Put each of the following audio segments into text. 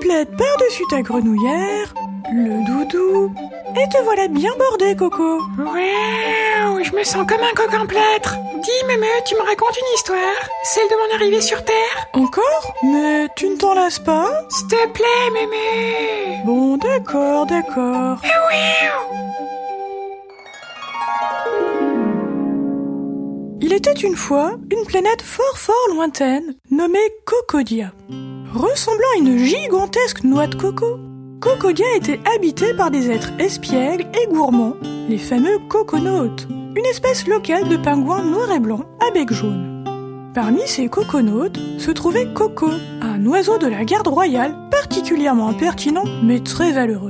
plaid par-dessus ta grenouillère, le doudou, et te voilà bien bordé, Coco. Waouh, je me sens comme un coq en plâtre. Dis, Mémé, tu me racontes une histoire? Celle de mon arrivée sur Terre? Encore? Mais tu ne t'en lasses pas? S'il te plaît, Mémé. Bon, d'accord. Il était une fois une planète fort lointaine, nommée Cocodia. Ressemblant à une gigantesque noix de coco, Cocodia était habitée par des êtres espiègles et gourmands, les fameux coconautes, une espèce locale de pingouins noirs et blancs à bec jaune. Parmi ces coconautes se trouvait Coco, un oiseau de la garde royale particulièrement impertinent mais très valeureux.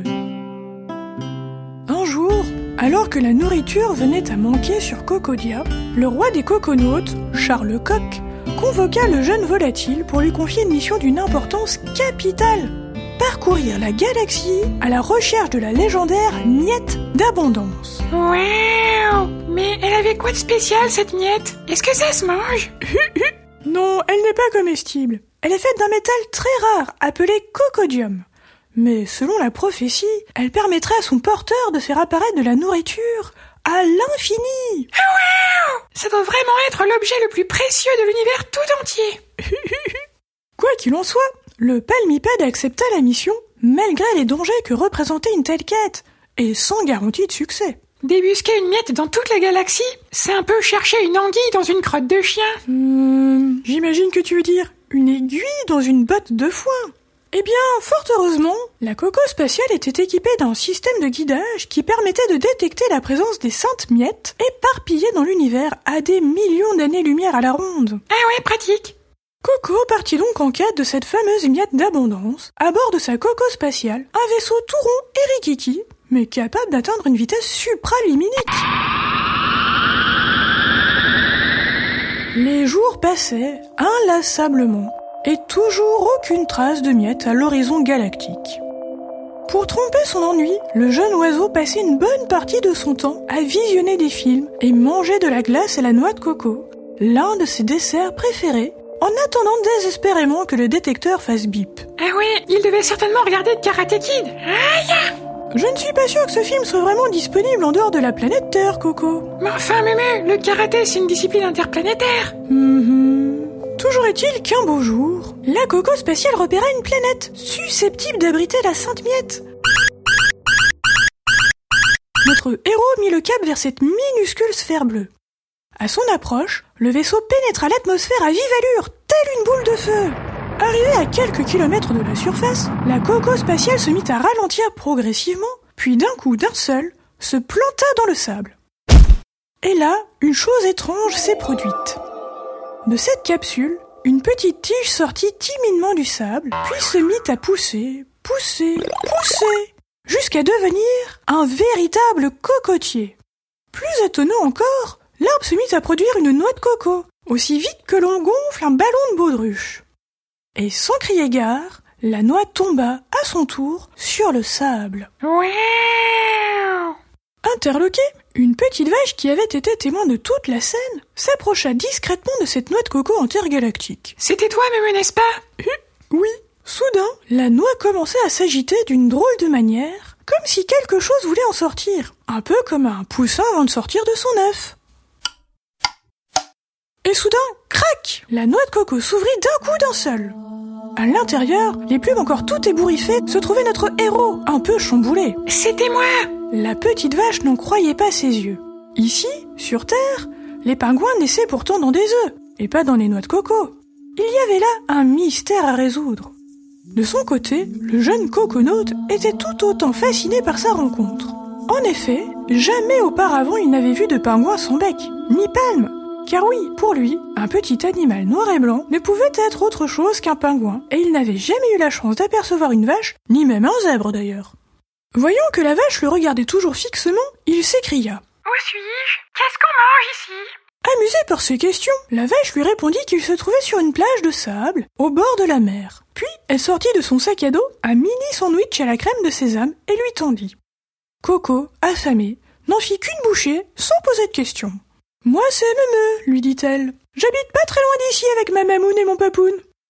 Un jour, alors que la nourriture venait à manquer sur Cocodia, le roi des coconautes, Charles le Coq, convoqua le jeune volatile pour lui confier une mission d'une importance capitale: parcourir la galaxie à la recherche de la légendaire miette d'abondance. Waouh! Mais elle avait quoi de spécial, cette miette? Est-ce que ça se mange? Non, elle n'est pas comestible. Elle est faite d'un métal très rare appelé cocodium. Mais selon la prophétie, elle permettrait à son porteur de faire apparaître de la nourriture à l'infini. Waouh! Ça doit vraiment être l'objet le plus précieux de l'univers tout entier. Quoi qu'il en soit, le palmipède accepta la mission, malgré les dangers que représentait une telle quête, et sans garantie de succès. Débusquer une miette dans toute la galaxie, c'est un peu chercher une anguille dans une crotte de chien. J'imagine que tu veux dire une aiguille dans une botte de foin. Eh bien, fort heureusement, la coco spatiale était équipée d'un système de guidage qui permettait de détecter la présence des saintes miettes éparpillées dans l'univers à des millions d'années-lumière à la ronde. Ah ouais, pratique. Coco partit donc en quête de cette fameuse miette d'abondance, à bord de sa coco spatiale, un vaisseau tout rond et rikiki, mais capable d'atteindre une vitesse supraliminique. Les jours passaient inlassablement, et toujours aucune trace de miette à l'horizon galactique. Pour tromper son ennui, le jeune oiseau passait une bonne partie de son temps à visionner des films et manger de la glace à la noix de coco, l'un de ses desserts préférés, en attendant désespérément que le détecteur fasse bip. Ah ouais, il devait certainement regarder Karate Kid. Aïe! Je ne suis pas sûr que ce film soit vraiment disponible en dehors de la planète Terre, Coco. Mais enfin, Mémé, le karaté, c'est une discipline interplanétaire. Toujours est-il qu'un beau jour, la coco spatiale repéra une planète susceptible d'abriter la Sainte Miette. Notre héros mit le cap vers cette minuscule sphère bleue. À son approche, le vaisseau pénétra l'atmosphère à vive allure, telle une boule de feu. Arrivé à quelques kilomètres de la surface, la coco spatiale se mit à ralentir progressivement, puis d'un coup d'un seul, se planta dans le sable. Et là, une chose étrange s'est produite. De cette capsule, une petite tige sortit timidement du sable, puis se mit à pousser, jusqu'à devenir un véritable cocotier. Plus étonnant encore, l'arbre se mit à produire une noix de coco, aussi vite que l'on gonfle un ballon de baudruche. Et sans crier gare, la noix tomba à son tour sur le sable. Wow! Interloquée, une petite vache qui avait été témoin de toute la scène s'approcha discrètement de cette noix de coco intergalactique. C'était toi, Mémé, n'est-ce pas? Oui. Soudain, la noix commençait à s'agiter d'une drôle de manière, comme si quelque chose voulait en sortir, un peu comme un poussin avant de sortir de son œuf. Et soudain, crac! La noix de coco s'ouvrit d'un coup d'un seul. À l'intérieur, les plumes encore toutes ébouriffées, se trouvait notre héros, un peu chamboulé. C'était moi! La petite vache n'en croyait pas ses yeux. Ici, sur Terre, les pingouins naissaient pourtant dans des œufs, et pas dans les noix de coco. Il y avait là un mystère à résoudre. De son côté, le jeune coconaute était tout autant fasciné par sa rencontre. En effet, jamais auparavant il n'avait vu de pingouin sans bec, ni palme. Car oui, pour lui, un petit animal noir et blanc ne pouvait être autre chose qu'un pingouin, et il n'avait jamais eu la chance d'apercevoir une vache, ni même un zèbre d'ailleurs. Voyant que la vache le regardait toujours fixement, il s'écria. « Où suis-je? Qu'est-ce qu'on mange ici ?» Amusé par ces questions, la vache lui répondit qu'il se trouvait sur une plage de sable, au bord de la mer. Puis, elle sortit de son sac à dos un mini sandwich à la crème de sésame et lui tendit. Coco, affamé, n'en fit qu'une bouchée sans poser de questions. « Moi, c'est Mémé, lui dit-elle. J'habite pas très loin d'ici avec ma mamoune et mon papoune.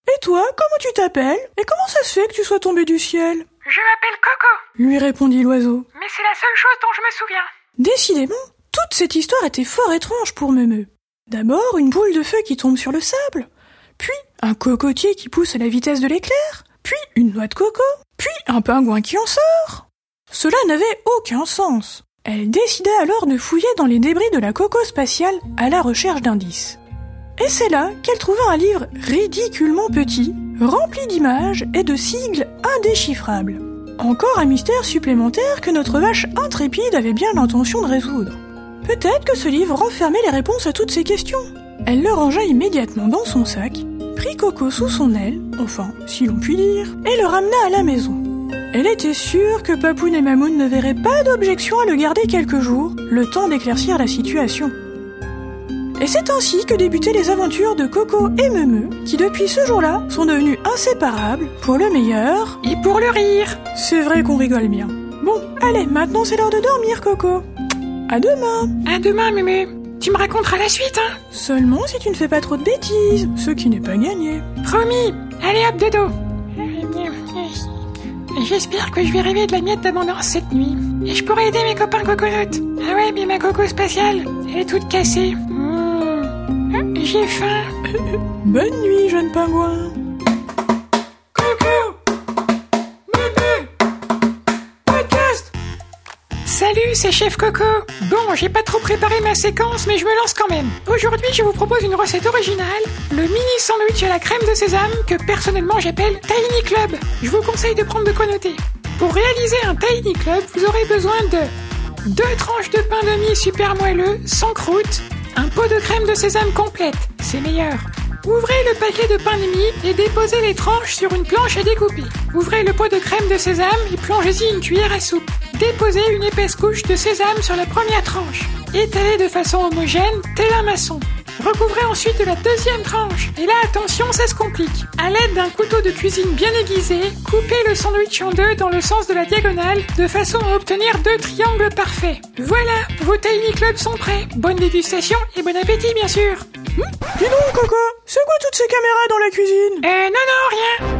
Et toi, comment tu t'appelles? Et comment ça se fait que tu sois tombé du ciel? Je m'appelle Coco, Lui répondit l'oiseau. mais c'est la seule chose dont je me souviens. Décidément, toute cette histoire était fort étrange pour Meumeu. D'abord, une boule de feu qui tombe sur le sable, puis un cocotier qui pousse à la vitesse de l'éclair, puis une noix de coco, puis un pingouin qui en sort. Cela n'avait aucun sens. Elle décida alors de fouiller dans les débris de la coco spatiale à la recherche d'indices. Et c'est là qu'elle trouva un livre ridiculement petit, rempli d'images et de sigles indéchiffrables. Encore un mystère supplémentaire que notre vache intrépide avait bien l'intention de résoudre. Peut-être que ce livre renfermait les réponses à toutes ces questions. Elle le rangea immédiatement dans son sac, prit Coco sous son aile, enfin, si l'on peut dire, et le ramena à la maison. Elle était sûre que Papoun et Mamoun ne verraient pas d'objection à le garder quelques jours, le temps d'éclaircir la situation. Et c'est ainsi que débutaient les aventures de Coco et Meumeu, qui depuis ce jour-là sont devenus inséparables, pour le meilleur Et pour le rire. C'est vrai qu'on rigole bien. Bon, allez, maintenant c'est l'heure de dormir, Coco. À demain. À demain, Mémé. Tu me raconteras la suite, hein? Seulement si tu ne fais pas trop de bêtises, ce qui n'est pas gagné. Promis. Allez hop, dodo. J'espère que je vais rêver de la miette d'abondance cette nuit. Et je pourrai aider mes copains coconotes. Ah ouais, mais ma coco spatiale, elle est toute cassée. J'ai faim. Bonne nuit, jeune pingouin. Coco, Mémé, podcast. Salut, c'est Chef Coco. Bon, j'ai pas trop préparé ma séquence, mais je me lance quand même. Aujourd'hui, je vous propose une recette originale, le mini sandwich à la crème de sésame que personnellement j'appelle Tiny Club. Je vous conseille de prendre de quoi noter. Pour réaliser un Tiny Club, vous aurez besoin de 2 tranches de pain de mie super moelleux, sans croûte, un pot de crème de sésame complète, c'est meilleur. Ouvrez le paquet de pain de mie et déposez les tranches sur une planche à découper. Ouvrez le pot de crème de sésame et plongez-y une cuillère à soupe. Déposez une épaisse couche de sésame sur la première tranche. Étalez de façon homogène, tel un maçon. Recouvrez ensuite de la deuxième tranche. Et là, attention, ça se complique. À l'aide d'un couteau de cuisine bien aiguisé, coupez le sandwich en 2 dans le sens de la diagonale, de façon à obtenir 2 triangles parfaits. Voilà, vos Tiny Clubs sont prêts. Bonne dégustation et bon appétit, bien sûr. Dis donc, Coco, c'est quoi toutes ces caméras dans la cuisine? Non, rien.